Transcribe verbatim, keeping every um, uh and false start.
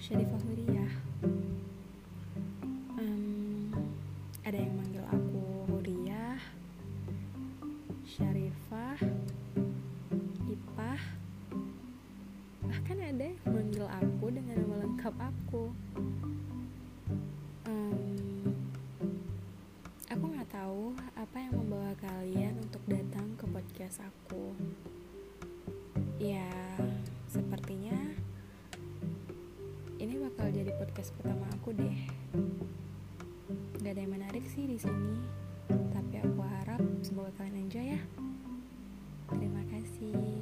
Syarifah Huriyah. um, Ada yang manggil aku Huriyah, Syarifah, Ipah. Bahkan ada yang manggil aku dengan nama lengkap aku. um, Aku gak tahu apa yang membawa kalian untuk datang ke podcast aku. Ya, sepertinya ini bakal jadi podcast pertama aku deh. Gak ada yang menarik sih di sini, tapi aku harap semoga kalian enjoy ya. Terima kasih.